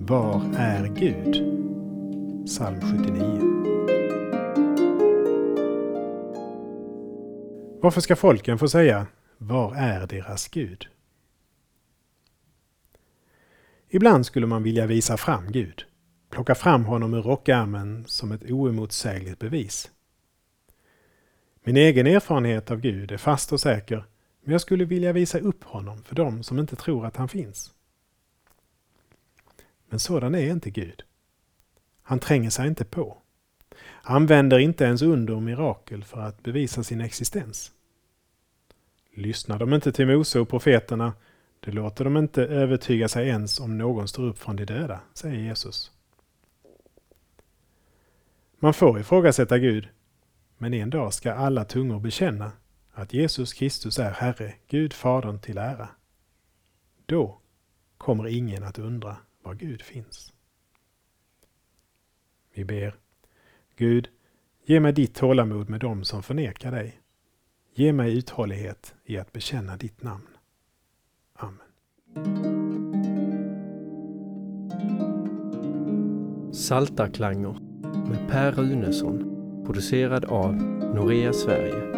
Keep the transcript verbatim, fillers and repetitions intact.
Var är Gud? Psalm sjuttionio. Varför ska folken få säga, var är deras Gud? Ibland skulle man vilja visa fram Gud, plocka fram honom ur rockärmen som ett oemotsägligt bevis. Min egen erfarenhet av Gud är fast och säker, men jag skulle vilja visa upp honom för dem som inte tror att han finns. Men sådan är inte Gud. Han tränger sig inte på. Använder inte ens under och mirakel för att bevisa sin existens. Lyssnar de inte till Mose och profeterna, det låter de inte övertyga sig ens om någon står upp från de döda, säger Jesus. Man får ifrågasätta Gud, men en dag ska alla tungor bekänna att Jesus Kristus är Herre, Gud Fadern till ära. Då kommer ingen att undra var Gud finns. Vi ber. Gud, ge mig ditt tålamod med dem som förnekar dig. Ge mig uthållighet i att bekänna ditt namn. Amen. Saltarklanger med Per Runesson, producerad av Norea Sverige.